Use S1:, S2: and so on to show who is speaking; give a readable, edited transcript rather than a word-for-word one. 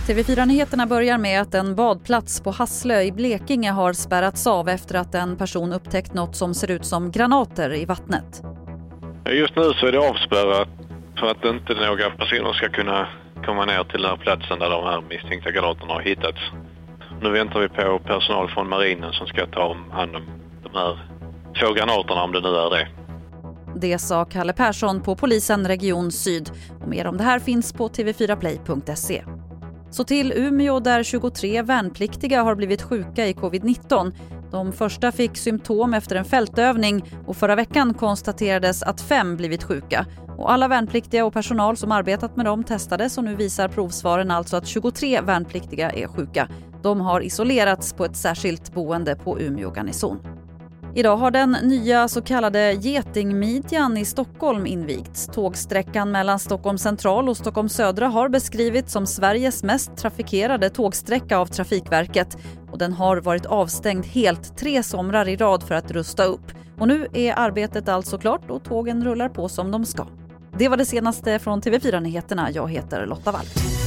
S1: TV4-nyheterna börjar med att en badplats på Hasslö i Blekinge har spärrats av efter att en person upptäckt något som ser ut som granater i vattnet.
S2: Just nu så är det avspärrat för att inte några personer ska kunna komma ner till den här platsen där de här misstänkta granaterna har hittats. Nu väntar vi på personal från marinen som ska ta hand om de här 2 granaterna, om det nu är det.
S1: Det sa Kalle Persson på polisen Region Syd. Och mer om det här finns på tv4play.se. Så till Umeå där 23 värnpliktiga har blivit sjuka i covid-19. De första fick symptom efter en fältövning och förra veckan konstaterades att 5 blivit sjuka. Och alla värnpliktiga och personal som arbetat med dem testades och nu visar provsvaren alltså att 23 värnpliktiga är sjuka. De har isolerats på ett särskilt boende på Umeå garnison. Idag har den nya så kallade Getingmidjan i Stockholm invigts. Tågsträckan mellan Stockholm central och Stockholm södra har beskrivits som Sveriges mest trafikerade tågsträcka av Trafikverket. Och den har varit avstängd helt 3 somrar i rad för att rusta upp. Och nu är arbetet alltså klart och tågen rullar på som de ska. Det var det senaste från TV4-nyheterna. Jag heter Lotta Wall.